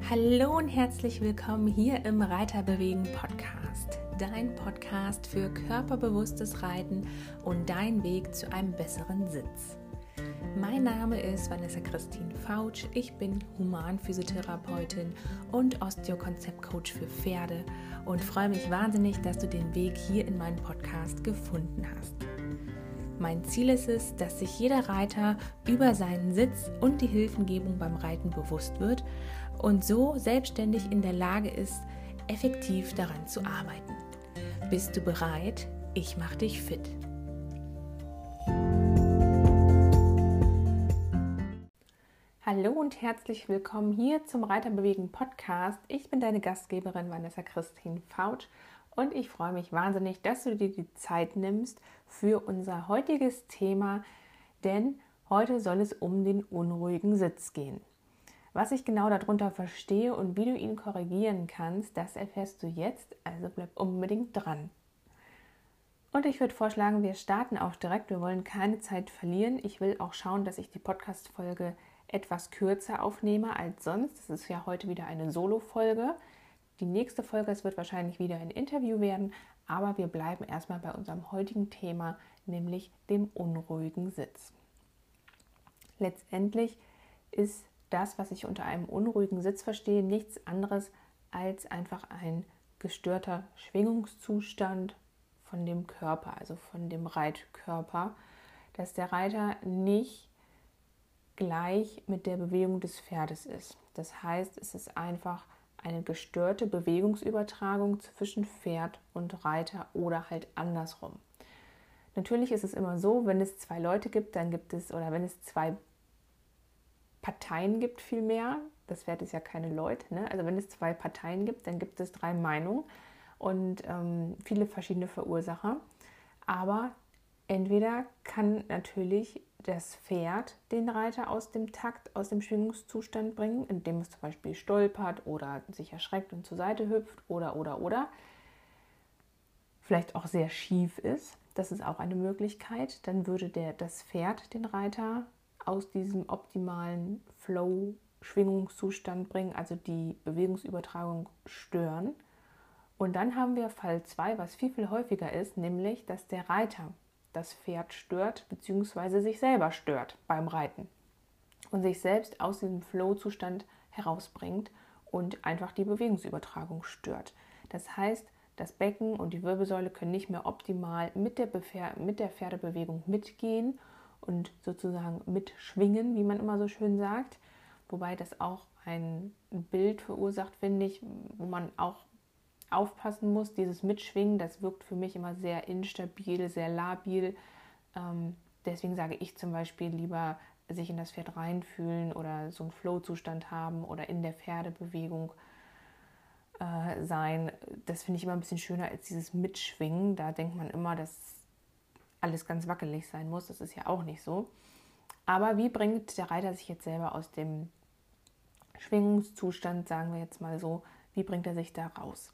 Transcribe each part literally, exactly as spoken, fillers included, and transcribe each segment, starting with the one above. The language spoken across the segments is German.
Hallo und herzlich willkommen hier im Reiterbewegen Podcast, dein Podcast für körperbewusstes Reiten und dein Weg zu einem besseren Sitz. Mein Name ist Vanessa Christine Fautsch, ich bin Humanphysiotherapeutin und Osteokonzeptcoach für Pferde und freue mich wahnsinnig, dass du den Weg hier in meinen Podcast gefunden hast. Mein Ziel ist es, dass sich jeder Reiter über seinen Sitz und die Hilfengebung beim Reiten bewusst wird und so selbstständig in der Lage ist, effektiv daran zu arbeiten. Bist du bereit? Ich mache dich fit. Hallo und herzlich willkommen hier zum Reiterbewegen Podcast. Ich bin deine Gastgeberin Vanessa Christine Fautsch und ich freue mich wahnsinnig, dass du dir die Zeit nimmst für unser heutiges Thema, denn heute soll es um den unruhigen Sitz gehen. Was ich genau darunter verstehe und wie du ihn korrigieren kannst, das erfährst du jetzt, also bleib unbedingt dran. Und ich würde vorschlagen, wir starten auch direkt, wir wollen keine Zeit verlieren. Ich will auch schauen, dass ich die Podcast-Folge etwas kürzer aufnehme als sonst. Das ist ja heute wieder eine Solo-Folge. Die nächste Folge, es wird wahrscheinlich wieder ein Interview werden, aber wir bleiben erstmal bei unserem heutigen Thema, nämlich dem unruhigen Sitz. Letztendlich ist das, was ich unter einem unruhigen Sitz verstehe, nichts anderes als einfach ein gestörter Schwingungszustand von dem Körper, also von dem Reitkörper, dass der Reiter nicht gleich mit der Bewegung des Pferdes ist. Das heißt, es ist einfach eine gestörte Bewegungsübertragung zwischen Pferd und Reiter oder halt andersrum. Natürlich ist es immer so, wenn es zwei Leute gibt, dann gibt es, oder wenn es zwei Parteien gibt vielmehr, das Pferd ist ja keine Leute, ne? Also wenn es zwei Parteien gibt, dann gibt es drei Meinungen und ähm, viele verschiedene Verursacher. Aber entweder kann natürlich das Pferd den Reiter aus dem Takt, aus dem Schwingungszustand bringen, indem es zum Beispiel stolpert oder sich erschreckt und zur Seite hüpft oder, oder, oder. Vielleicht auch sehr schief ist, das ist auch eine Möglichkeit. Dann würde der, das Pferd den Reiter aus diesem optimalen Flow-Schwingungszustand bringen, also die Bewegungsübertragung stören. Und dann haben wir Fall zwei, was viel, viel häufiger ist, nämlich, dass der Reiter das Pferd stört bzw. sich selber stört beim Reiten und sich selbst aus diesem Flow-Zustand herausbringt und einfach die Bewegungsübertragung stört. Das heißt, das Becken und die Wirbelsäule können nicht mehr optimal mit der, Befer- mit der Pferdebewegung mitgehen und sozusagen mitschwingen, wie man immer so schön sagt. Wobei das auch ein Bild verursacht, finde ich, wo man auch aufpassen muss. Dieses Mitschwingen, das wirkt für mich immer sehr instabil, sehr labil. Ähm, deswegen sage ich zum Beispiel lieber sich in das Pferd reinfühlen oder so einen Flow-Zustand haben oder in der Pferdebewegung äh, sein. Das finde ich immer ein bisschen schöner als dieses Mitschwingen. Da denkt man immer, dass alles ganz wackelig sein muss. Das ist ja auch nicht so. Aber wie bringt der Reiter sich jetzt selber aus dem Schwingungszustand, sagen wir jetzt mal so, wie bringt er sich da raus?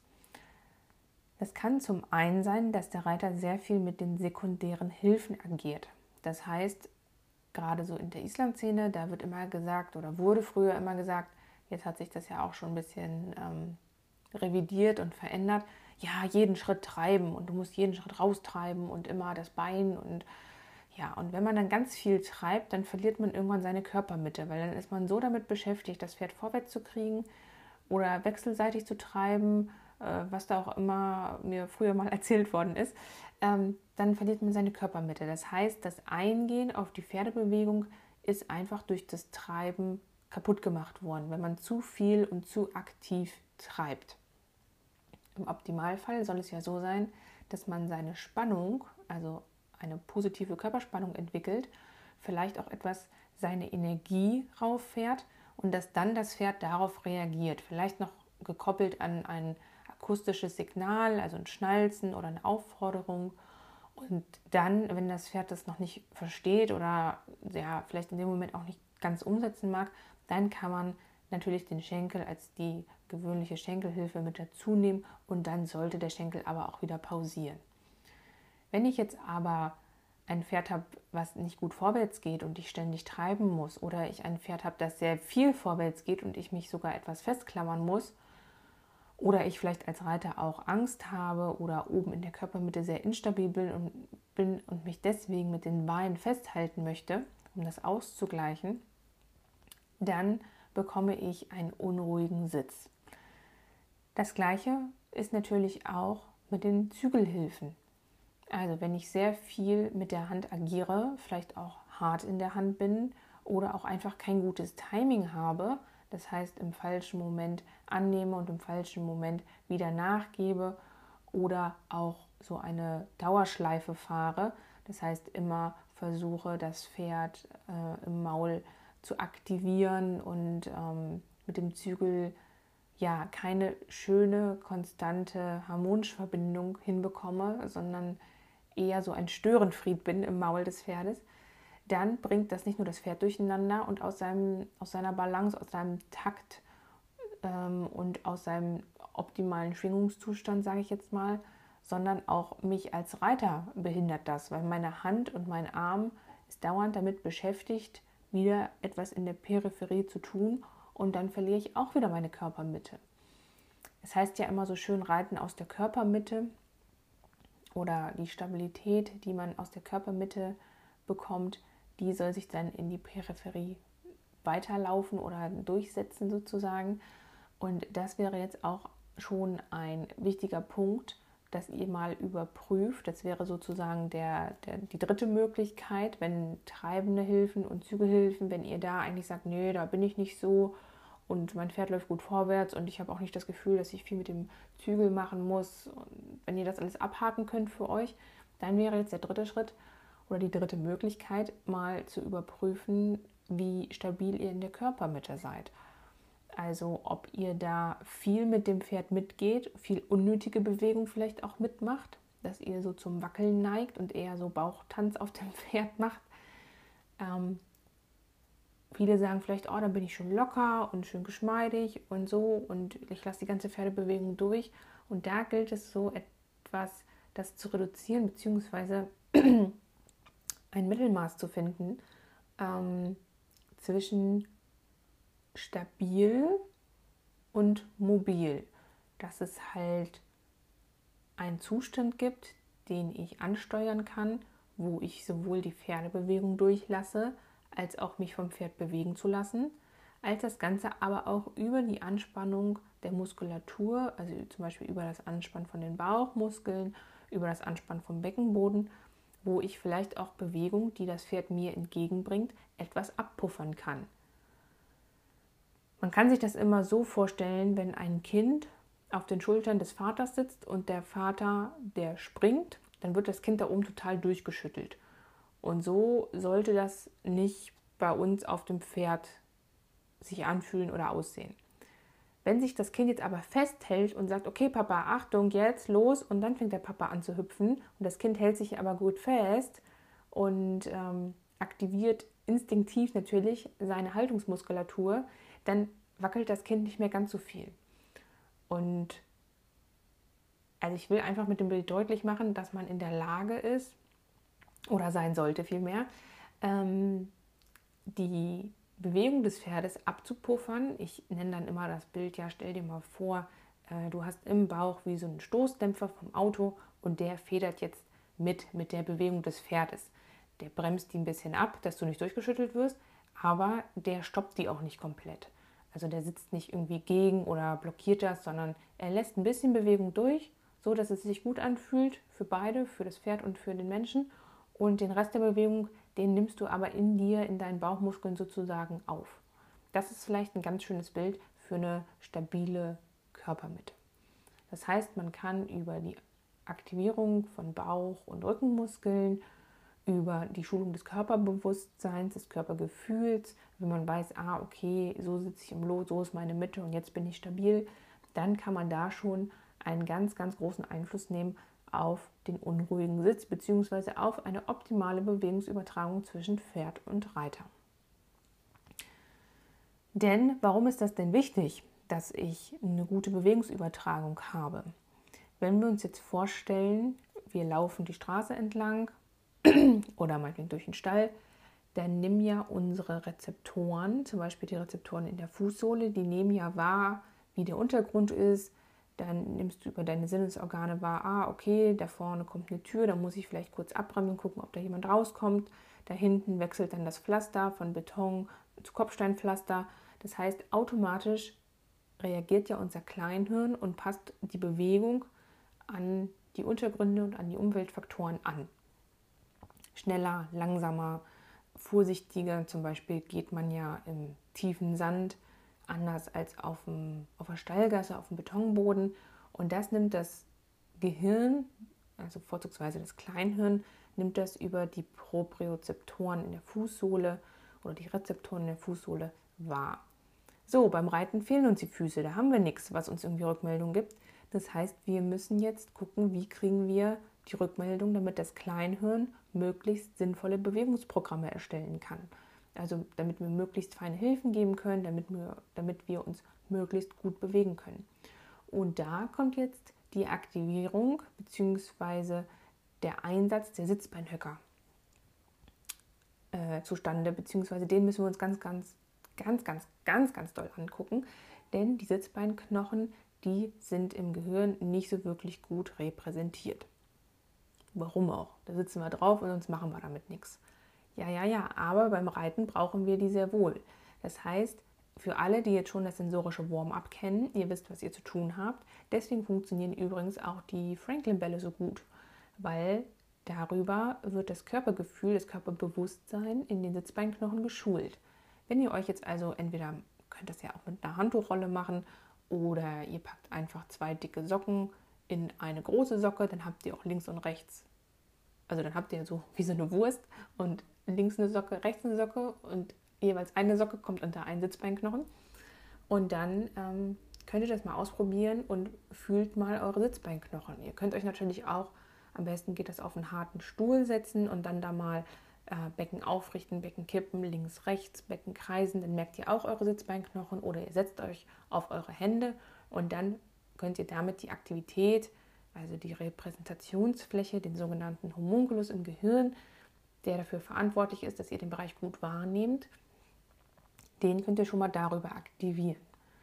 Das kann zum einen sein, dass der Reiter sehr viel mit den sekundären Hilfen agiert. Das heißt, gerade so in der Islandszene, da wird immer gesagt oder wurde früher immer gesagt, jetzt hat sich das ja auch schon ein bisschen ähm, revidiert und verändert, ja, jeden Schritt treiben und du musst jeden Schritt raustreiben und immer das Bein und ja, und wenn man dann ganz viel treibt, dann verliert man irgendwann seine Körpermitte, weil dann ist man so damit beschäftigt, das Pferd vorwärts zu kriegen oder wechselseitig zu treiben, äh, was da auch immer mir früher mal erzählt worden ist, ähm, dann verliert man seine Körpermitte. Das heißt, das Eingehen auf die Pferdebewegung ist einfach durch das Treiben kaputt gemacht worden, wenn man zu viel und zu aktiv treibt. Im Optimalfall soll es ja so sein, dass man seine Spannung, also eine positive Körperspannung entwickelt, vielleicht auch etwas seine Energie rauffährt und dass dann das Pferd darauf reagiert. Vielleicht noch gekoppelt an ein akustisches Signal, also ein Schnalzen oder eine Aufforderung. Und dann, wenn das Pferd das noch nicht versteht oder ja, vielleicht in dem Moment auch nicht ganz umsetzen mag, dann kann man natürlich den Schenkel als die gewöhnliche Schenkelhilfe mit dazu nehmen und dann sollte der Schenkel aber auch wieder pausieren. Wenn ich jetzt aber ein Pferd habe, was nicht gut vorwärts geht und ich ständig treiben muss, oder ich ein Pferd habe, das sehr viel vorwärts geht und ich mich sogar etwas festklammern muss, oder ich vielleicht als Reiter auch Angst habe oder oben in der Körpermitte sehr instabil bin und, bin und mich deswegen mit den Beinen festhalten möchte, um das auszugleichen, dann bekomme ich einen unruhigen Sitz. Das Gleiche ist natürlich auch mit den Zügelhilfen. Also wenn ich sehr viel mit der Hand agiere, vielleicht auch hart in der Hand bin oder auch einfach kein gutes Timing habe, das heißt im falschen Moment annehme und im falschen Moment wieder nachgebe oder auch so eine Dauerschleife fahre, das heißt immer versuche, das Pferd äh, im Maul zu aktivieren und ähm, mit dem Zügel ja keine schöne, konstante, harmonische Verbindung hinbekomme, sondern eher so ein Störenfried bin im Maul des Pferdes, dann bringt das nicht nur das Pferd durcheinander und aus, seinem, aus seiner Balance, aus seinem Takt ähm, und aus seinem optimalen Schwingungszustand, sage ich jetzt mal, sondern auch mich als Reiter behindert das, weil meine Hand und mein Arm ist dauernd damit beschäftigt, wieder etwas in der Peripherie zu tun und dann verliere ich auch wieder meine Körpermitte. Es heißt ja immer so schön, reiten aus der Körpermitte oder die Stabilität, die man aus der Körpermitte bekommt, die soll sich dann in die Peripherie weiterlaufen oder durchsetzen sozusagen. Und das wäre jetzt auch schon ein wichtiger Punkt, dass ihr mal überprüft. Das wäre sozusagen der, der, die dritte Möglichkeit, wenn treibende Hilfen und Zügelhilfen, wenn ihr da eigentlich sagt, nee, da bin ich nicht so und mein Pferd läuft gut vorwärts und ich habe auch nicht das Gefühl, dass ich viel mit dem Zügel machen muss. Und wenn ihr das alles abhaken könnt für euch, dann wäre jetzt der dritte Schritt oder die dritte Möglichkeit, mal zu überprüfen, wie stabil ihr in der Körpermitte seid. Also ob ihr da viel mit dem Pferd mitgeht, viel unnötige Bewegung vielleicht auch mitmacht, dass ihr so zum Wackeln neigt und eher so Bauchtanz auf dem Pferd macht. Ähm, viele sagen vielleicht, oh, dann bin ich schon locker und schön geschmeidig und so und ich lasse die ganze Pferdebewegung durch. Und da gilt es so etwas, das zu reduzieren, beziehungsweise ein Mittelmaß zu finden ähm, zwischen stabil und mobil, dass es halt einen Zustand gibt, den ich ansteuern kann, wo ich sowohl die Pferdebewegung durchlasse, als auch mich vom Pferd bewegen zu lassen, als das Ganze aber auch über die Anspannung der Muskulatur, also zum Beispiel über das Anspannen von den Bauchmuskeln, über das Anspannen vom Beckenboden, wo ich vielleicht auch Bewegung, die das Pferd mir entgegenbringt, etwas abpuffern kann. Man kann sich das immer so vorstellen, wenn ein Kind auf den Schultern des Vaters sitzt und der Vater, der springt, dann wird das Kind da oben total durchgeschüttelt. Und so sollte das nicht bei uns auf dem Pferd sich anfühlen oder aussehen. Wenn sich das Kind jetzt aber festhält und sagt, okay Papa, Achtung, jetzt los, und dann fängt der Papa an zu hüpfen und das Kind hält sich aber gut fest und ähm, aktiviert instinktiv natürlich seine Haltungsmuskulatur, dann wackelt das Kind nicht mehr ganz so viel. Und also ich will einfach mit dem Bild deutlich machen, dass man in der Lage ist, oder sein sollte vielmehr, ähm, die Bewegung des Pferdes abzupuffern. Ich nenne dann immer das Bild, ja, stell dir mal vor, äh, du hast im Bauch wie so einen Stoßdämpfer vom Auto und der federt jetzt mit, mit der Bewegung des Pferdes. Der bremst die ein bisschen ab, dass du nicht durchgeschüttelt wirst, aber der stoppt die auch nicht komplett. Also der sitzt nicht irgendwie gegen oder blockiert das, sondern er lässt ein bisschen Bewegung durch, so dass es sich gut anfühlt für beide, für das Pferd und für den Menschen. Und den Rest der Bewegung, den nimmst du aber in dir, in deinen Bauchmuskeln sozusagen auf. Das ist vielleicht ein ganz schönes Bild für eine stabile Körpermitte. Das heißt, man kann über die Aktivierung von Bauch- und Rückenmuskeln, über die Schulung des Körperbewusstseins, des Körpergefühls, wenn man weiß, ah, okay, so sitze ich im Lot, so ist meine Mitte und jetzt bin ich stabil, dann kann man da schon einen ganz, ganz großen Einfluss nehmen auf den unruhigen Sitz bzw. auf eine optimale Bewegungsübertragung zwischen Pferd und Reiter. Denn warum ist das denn wichtig, dass ich eine gute Bewegungsübertragung habe? Wenn wir uns jetzt vorstellen, wir laufen die Straße entlang oder meinetwegen durch den Stall, dann nimm ja unsere Rezeptoren, zum Beispiel die Rezeptoren in der Fußsohle, die nehmen ja wahr, wie der Untergrund ist. Dann nimmst du über deine Sinnesorgane wahr, ah, okay, da vorne kommt eine Tür, da muss ich vielleicht kurz abbremsen, gucken, ob da jemand rauskommt. Da hinten wechselt dann das Pflaster von Beton zu Kopfsteinpflaster. Das heißt, automatisch reagiert ja unser Kleinhirn und passt die Bewegung an die Untergründe und an die Umweltfaktoren an. Schneller, langsamer, vorsichtiger, zum Beispiel geht man ja im tiefen Sand anders als auf, dem, auf der Stallgasse, auf dem Betonboden. Und das nimmt das Gehirn, also vorzugsweise das Kleinhirn, nimmt das über die Propriozeptoren in der Fußsohle oder die Rezeptoren in der Fußsohle wahr. So, beim Reiten fehlen uns die Füße, da haben wir nichts, was uns irgendwie Rückmeldung gibt. Das heißt, wir müssen jetzt gucken, wie kriegen wir die Rückmeldung, damit das Kleinhirn möglichst sinnvolle Bewegungsprogramme erstellen kann. Also damit wir möglichst feine Hilfen geben können, damit wir, damit wir uns möglichst gut bewegen können. Und da kommt jetzt die Aktivierung bzw. der Einsatz der Sitzbeinhöcker äh, zustande, beziehungsweise den müssen wir uns ganz, ganz, ganz, ganz, ganz, ganz doll angucken, denn die Sitzbeinknochen, die sind im Gehirn nicht so wirklich gut repräsentiert. Warum auch? Da sitzen wir drauf und sonst machen wir damit nichts. Ja, ja, ja, aber beim Reiten brauchen wir die sehr wohl. Das heißt, für alle, die jetzt schon das sensorische Warm-up kennen, ihr wisst, was ihr zu tun habt. Deswegen funktionieren übrigens auch die Franklin-Bälle so gut, weil darüber wird das Körpergefühl, das Körperbewusstsein in den Sitzbeinknochen geschult. Wenn ihr euch jetzt also entweder, könnt das ja auch mit einer Handtuchrolle machen oder ihr packt einfach zwei dicke Socken in eine große Socke, dann habt ihr auch links und rechts, also dann habt ihr so wie so eine Wurst und links eine Socke, rechts eine Socke und jeweils eine Socke kommt unter einen Sitzbeinknochen. Und dann ähm, könnt ihr das mal ausprobieren und fühlt mal eure Sitzbeinknochen. Ihr könnt euch natürlich auch, am besten geht das auf einen harten Stuhl setzen und dann da mal äh, Becken aufrichten, Becken kippen, links, rechts, Becken kreisen. Dann merkt ihr auch eure Sitzbeinknochen oder ihr setzt euch auf eure Hände und dann könnt ihr damit die Aktivität, also die Repräsentationsfläche, den sogenannten Homunculus im Gehirn, der dafür verantwortlich ist, dass ihr den Bereich gut wahrnehmt, den könnt ihr schon mal darüber aktivieren.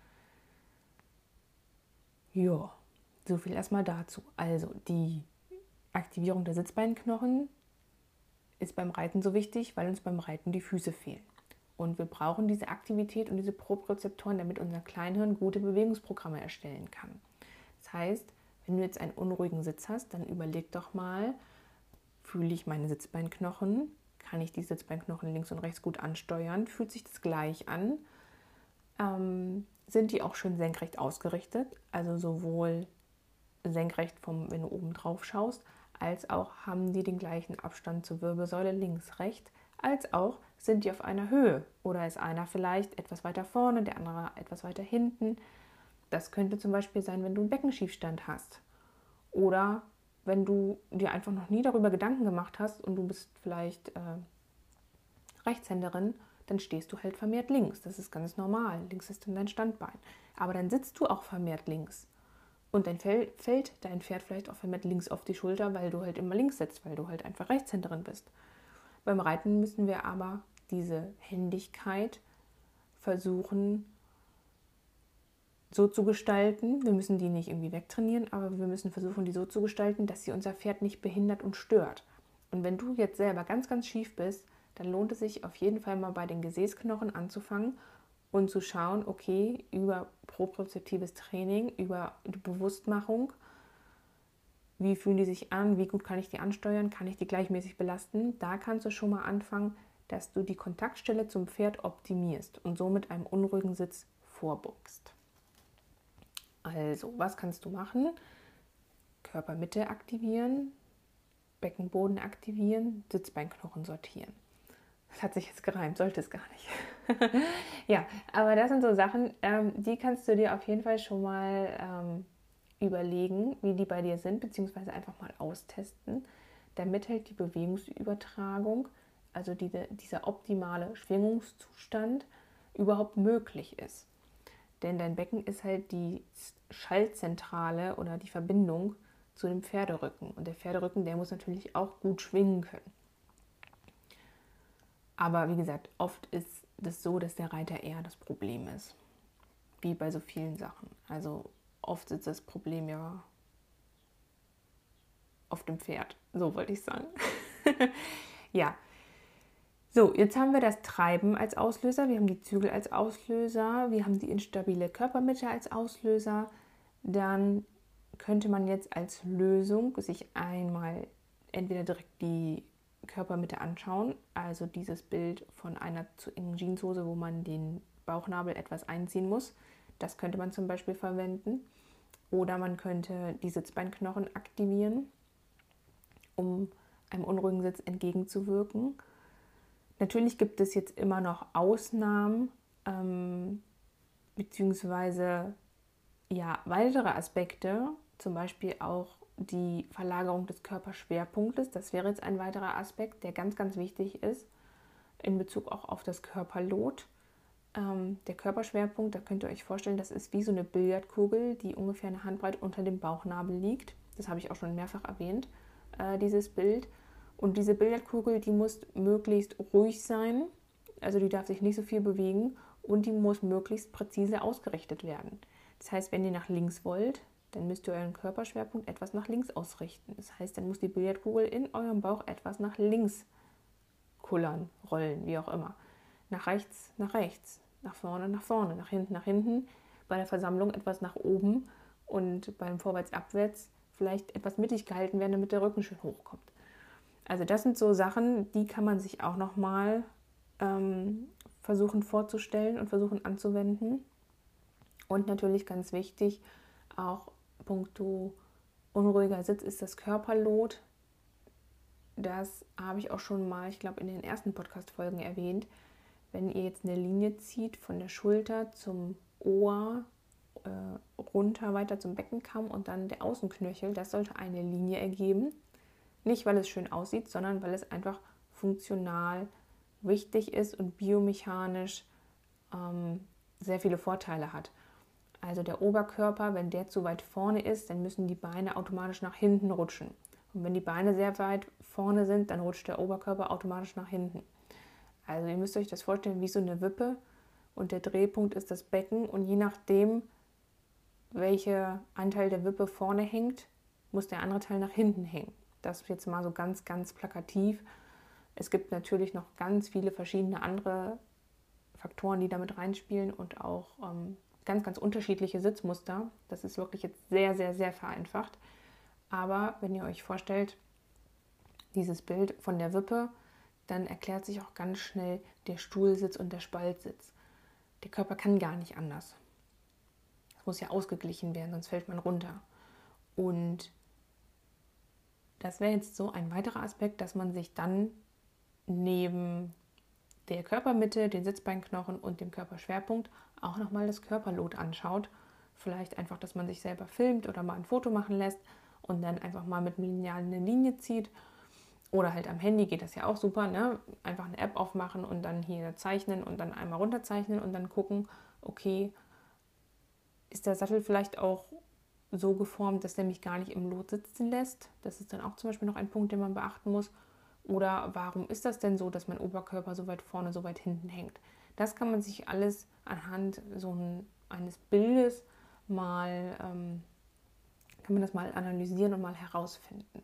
Ja, so viel erstmal dazu. Also die Aktivierung der Sitzbeinknochen ist beim Reiten so wichtig, weil uns beim Reiten die Füße fehlen. Und wir brauchen diese Aktivität und diese Propriozeptoren, damit unser Kleinhirn gute Bewegungsprogramme erstellen kann. Das heißt, wenn du jetzt einen unruhigen Sitz hast, dann überleg doch mal, fühle ich meine Sitzbeinknochen? Kann ich die Sitzbeinknochen links und rechts gut ansteuern? Fühlt sich das gleich an? Ähm, sind die auch schön senkrecht ausgerichtet? Also sowohl senkrecht, vom, wenn du oben drauf schaust, als auch haben die den gleichen Abstand zur Wirbelsäule links, rechts, als auch sind die auf einer Höhe oder ist einer vielleicht etwas weiter vorne, der andere etwas weiter hinten. Das könnte zum Beispiel sein, wenn du einen Beckenschiefstand hast oder wenn du dir einfach noch nie darüber Gedanken gemacht hast und du bist vielleicht äh, Rechtshänderin, dann stehst du halt vermehrt links. Das ist ganz normal. Links ist dann dein Standbein. Aber dann sitzt du auch vermehrt links. Und dann fällt dein Pferd vielleicht auch vermehrt links auf die Schulter, weil du halt immer links sitzt, weil du halt einfach Rechtshänderin bist. Beim Reiten müssen wir aber diese Händigkeit versuchen so zu gestalten. Wir müssen die nicht irgendwie wegtrainieren, aber wir müssen versuchen, die so zu gestalten, dass sie unser Pferd nicht behindert und stört. Und wenn du jetzt selber ganz, ganz schief bist, dann lohnt es sich auf jeden Fall mal bei den Gesäßknochen anzufangen und zu schauen, okay, über propriozeptives Training, über die Bewusstmachung, wie fühlen die sich an, wie gut kann ich die ansteuern, kann ich die gleichmäßig belasten. Da kannst du schon mal anfangen, dass du die Kontaktstelle zum Pferd optimierst und somit einem unruhigen Sitz vorbeugst. Also, was kannst du machen? Körpermitte aktivieren, Beckenboden aktivieren, Sitzbeinknochen sortieren. Das hat sich jetzt gereimt, sollte es gar nicht. Ja, aber das sind so Sachen, ähm, die kannst du dir auf jeden Fall schon mal ähm, überlegen, wie die bei dir sind, beziehungsweise einfach mal austesten, damit halt die Bewegungsübertragung, also diese, dieser optimale Schwingungszustand überhaupt möglich ist. Denn dein Becken ist halt die Schaltzentrale oder die Verbindung zu dem Pferderücken. Und der Pferderücken, der muss natürlich auch gut schwingen können. Aber wie gesagt, oft ist es so, dass der Reiter eher das Problem ist. Wie bei so vielen Sachen. Also oft ist das Problem ja auf dem Pferd, so wollte ich sagen. Ja, so, jetzt haben wir das Treiben als Auslöser, wir haben die Zügel als Auslöser, wir haben die instabile Körpermitte als Auslöser. Dann könnte man jetzt als Lösung sich einmal entweder direkt die Körpermitte anschauen, also dieses Bild von einer zu engen Jeanshose, wo man den Bauchnabel etwas einziehen muss. Das könnte man zum Beispiel verwenden. Oder man könnte die Sitzbeinknochen aktivieren, um einem unruhigen Sitz entgegenzuwirken. Natürlich gibt es jetzt immer noch Ausnahmen, ähm, beziehungsweise ja, weitere Aspekte, zum Beispiel auch die Verlagerung des Körperschwerpunktes. Das wäre jetzt ein weiterer Aspekt, der ganz, ganz wichtig ist in Bezug auch auf das Körperlot. Ähm, der Körperschwerpunkt, da könnt ihr euch vorstellen, das ist wie so eine Billardkugel, die ungefähr eine Handbreit unter dem Bauchnabel liegt. Das habe ich auch schon mehrfach erwähnt, äh, dieses Bild. Und diese Billardkugel, die muss möglichst ruhig sein, also die darf sich nicht so viel bewegen und die muss möglichst präzise ausgerichtet werden. Das heißt, wenn ihr nach links wollt, dann müsst ihr euren Körperschwerpunkt etwas nach links ausrichten. Das heißt, dann muss die Billardkugel in eurem Bauch etwas nach links kullern, rollen, wie auch immer. Nach rechts, nach rechts, nach vorne, nach vorne, nach hinten, nach hinten. Bei der Versammlung etwas nach oben und beim Vorwärts-Abwärts vielleicht etwas mittig gehalten werden, damit der Rücken schön hochkommt. Also das sind so Sachen, die kann man sich auch nochmal ähm, versuchen vorzustellen und versuchen anzuwenden. Und natürlich ganz wichtig, auch puncto unruhiger Sitz ist das Körperlot. Das habe ich auch schon mal, ich glaube, in den ersten Podcast-Folgen erwähnt. Wenn ihr jetzt eine Linie zieht von der Schulter zum Ohr, äh, runter weiter zum Beckenkamm und dann der Außenknöchel, das sollte eine Linie ergeben. Nicht, weil es schön aussieht, sondern weil es einfach funktional wichtig ist und biomechanisch ähm, sehr viele Vorteile hat. Also der Oberkörper, wenn der zu weit vorne ist, dann müssen die Beine automatisch nach hinten rutschen. Und wenn die Beine sehr weit vorne sind, dann rutscht der Oberkörper automatisch nach hinten. Also ihr müsst euch das vorstellen wie so eine Wippe und der Drehpunkt ist das Becken und je nachdem, welcher Anteil der Wippe vorne hängt, muss der andere Teil nach hinten hängen. Das ist jetzt mal so ganz, ganz plakativ. Es gibt natürlich noch ganz viele verschiedene andere Faktoren, die damit reinspielen und auch ähm, ganz, ganz unterschiedliche Sitzmuster. Das ist wirklich jetzt sehr, sehr, sehr vereinfacht. Aber wenn ihr euch vorstellt, dieses Bild von der Wippe, dann erklärt sich auch ganz schnell der Stuhlsitz und der Spaltsitz. Der Körper kann gar nicht anders. Es muss ja ausgeglichen werden, sonst fällt man runter. Und das wäre jetzt so ein weiterer Aspekt, dass man sich dann neben der Körpermitte, den Sitzbeinknochen und dem Körperschwerpunkt auch nochmal das Körperlot anschaut. Vielleicht einfach, dass man sich selber filmt oder mal ein Foto machen lässt und dann einfach mal mit dem Lineal eine Linie zieht. Oder halt am Handy geht das ja auch super, ne? Einfach eine App aufmachen und dann hier zeichnen und dann einmal runterzeichnen und dann gucken, okay, ist der Sattel vielleicht auch so geformt, dass der mich gar nicht im Lot sitzen lässt. Das ist dann auch zum Beispiel noch ein Punkt, den man beachten muss. Oder warum ist das denn so, dass mein Oberkörper so weit vorne, so weit hinten hängt? Das kann man sich alles anhand so ein, eines Bildes mal, ähm, kann man das mal analysieren und mal herausfinden.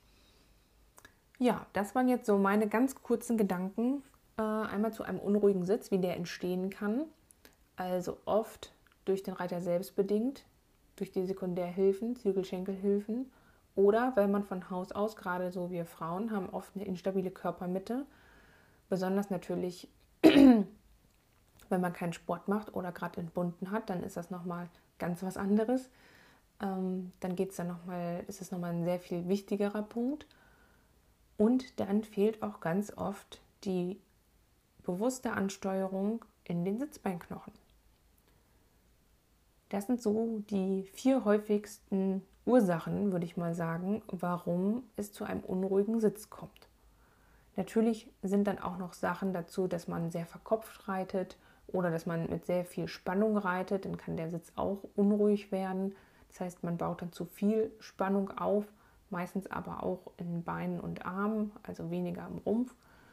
Ja, das waren jetzt so meine ganz kurzen Gedanken. Äh, einmal zu einem unruhigen Sitz, wie der entstehen kann. Also oft durch den Reiter selbst bedingt, durch die Sekundärhilfen, Zügelschenkelhilfen oder weil man von Haus aus, gerade so wir Frauen, haben oft eine instabile Körpermitte. Besonders natürlich, wenn man keinen Sport macht oder gerade entbunden hat, dann ist das nochmal ganz was anderes. Ähm, dann geht's dann noch mal, ist es nochmal ein sehr viel wichtigerer Punkt. Und dann fehlt auch ganz oft die bewusste Ansteuerung in den Sitzbeinknochen. Das sind so die vier häufigsten Ursachen, würde ich mal sagen, warum es zu einem unruhigen Sitz kommt. Natürlich sind dann auch noch Sachen dazu, dass man sehr verkopft reitet oder dass man mit sehr viel Spannung reitet, dann kann der Sitz auch unruhig werden. Das heißt, man baut dann zu viel Spannung auf, meistens aber auch in Beinen und Armen, also weniger im Rumpf.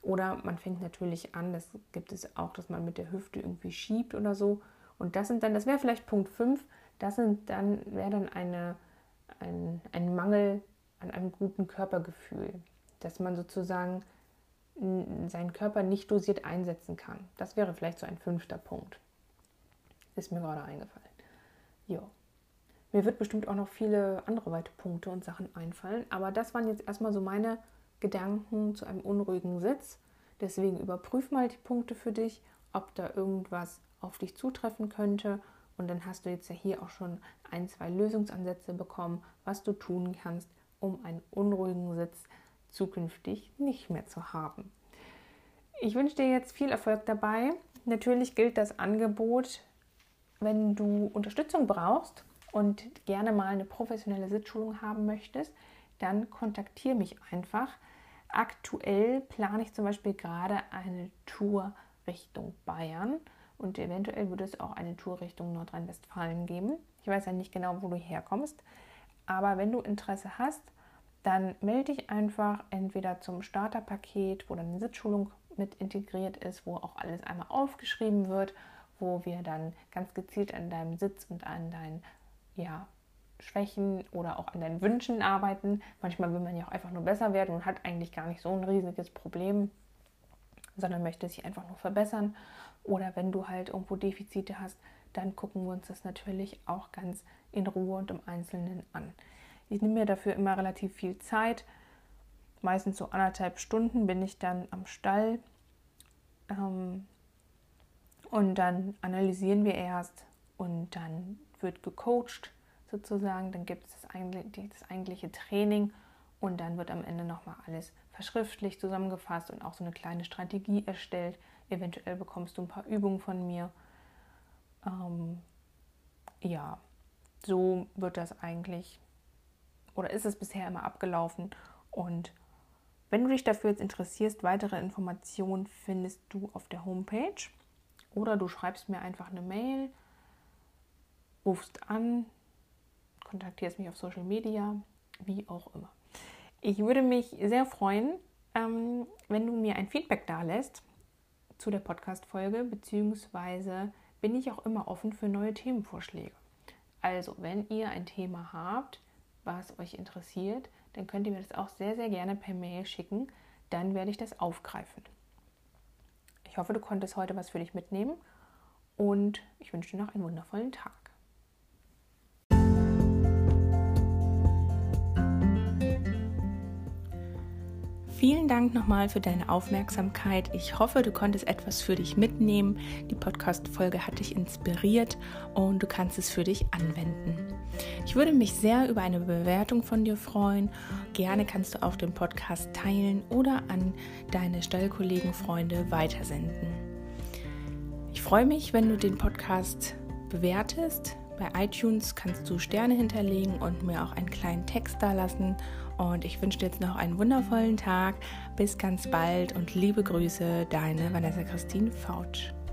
Oder man fängt natürlich an, das gibt es auch, dass man mit der Hüfte irgendwie schiebt oder so. Und das sind dann, das wäre vielleicht Punkt fünf, das sind dann, wäre dann eine, ein, ein Mangel an einem guten Körpergefühl, dass man sozusagen seinen Körper nicht dosiert einsetzen kann. Das wäre vielleicht so ein fünfter Punkt. Ist mir gerade eingefallen. Jo. Mir wird bestimmt auch noch viele andere weitere Punkte und Sachen einfallen, aber das waren jetzt erstmal so meine Gedanken zu einem unruhigen Sitz. Deswegen überprüf mal die Punkte für dich, ob da irgendwas auf dich zutreffen könnte. Und dann hast du jetzt ja hier auch schon ein, zwei Lösungsansätze bekommen, was du tun kannst, um einen unruhigen Sitz zukünftig nicht mehr zu haben. Ich wünsche dir jetzt viel Erfolg dabei. Natürlich gilt das Angebot, wenn du Unterstützung brauchst und gerne mal eine professionelle Sitzschulung haben möchtest, dann kontaktiere mich einfach. Aktuell plane ich zum Beispiel gerade eine Tour Richtung Bayern und eventuell würde es auch eine Tour Richtung Nordrhein-Westfalen geben. Ich weiß ja nicht genau, wo du herkommst, aber wenn du Interesse hast, dann melde dich einfach entweder zum Starterpaket, wo dann eine Sitzschulung mit integriert ist, wo auch alles einmal aufgeschrieben wird, wo wir dann ganz gezielt an deinem Sitz und an deinen ja, Schwächen oder auch an deinen Wünschen arbeiten. Manchmal will man ja auch einfach nur besser werden und hat eigentlich gar nicht so ein riesiges Problem, sondern möchte sich einfach nur verbessern. Oder wenn du halt irgendwo Defizite hast, dann gucken wir uns das natürlich auch ganz in Ruhe und im Einzelnen an. Ich nehme mir dafür immer relativ viel Zeit. Meistens so anderthalb Stunden bin ich dann am Stall. Ähm, und dann analysieren wir erst und dann wird gecoacht sozusagen. Dann gibt es das, eigentlich, das eigentliche Training und dann wird am Ende nochmal alles verschriftlich zusammengefasst und auch so eine kleine Strategie erstellt. Eventuell bekommst du ein paar Übungen von mir. Ähm, ja, so wird das eigentlich oder ist es bisher immer abgelaufen. Und wenn du dich dafür jetzt interessierst, weitere Informationen findest du auf der Homepage oder du schreibst mir einfach eine Mail, rufst an, kontaktierst mich auf Social Media, wie auch immer. Ich würde mich sehr freuen, ähm, wenn du mir ein Feedback da lässt zu der Podcast-Folge, beziehungsweise bin ich auch immer offen für neue Themenvorschläge. Also, wenn ihr ein Thema habt, was euch interessiert, dann könnt ihr mir das auch sehr, sehr gerne per Mail schicken. Dann werde ich das aufgreifen. Ich hoffe, du konntest heute was für dich mitnehmen und ich wünsche dir noch einen wundervollen Tag. Vielen Dank nochmal für deine Aufmerksamkeit. Ich hoffe, du konntest etwas für dich mitnehmen. Die Podcast-Folge hat dich inspiriert und du kannst es für dich anwenden. Ich würde mich sehr über eine Bewertung von dir freuen. Gerne kannst du auch den Podcast teilen oder an deine Stallkollegen, Freunde weitersenden. Ich freue mich, wenn du den Podcast bewertest. Bei iTunes kannst du Sterne hinterlegen und mir auch einen kleinen Text da lassen. Und ich wünsche dir jetzt noch einen wundervollen Tag. Bis ganz bald und liebe Grüße, deine Vanessa Christine Fautsch.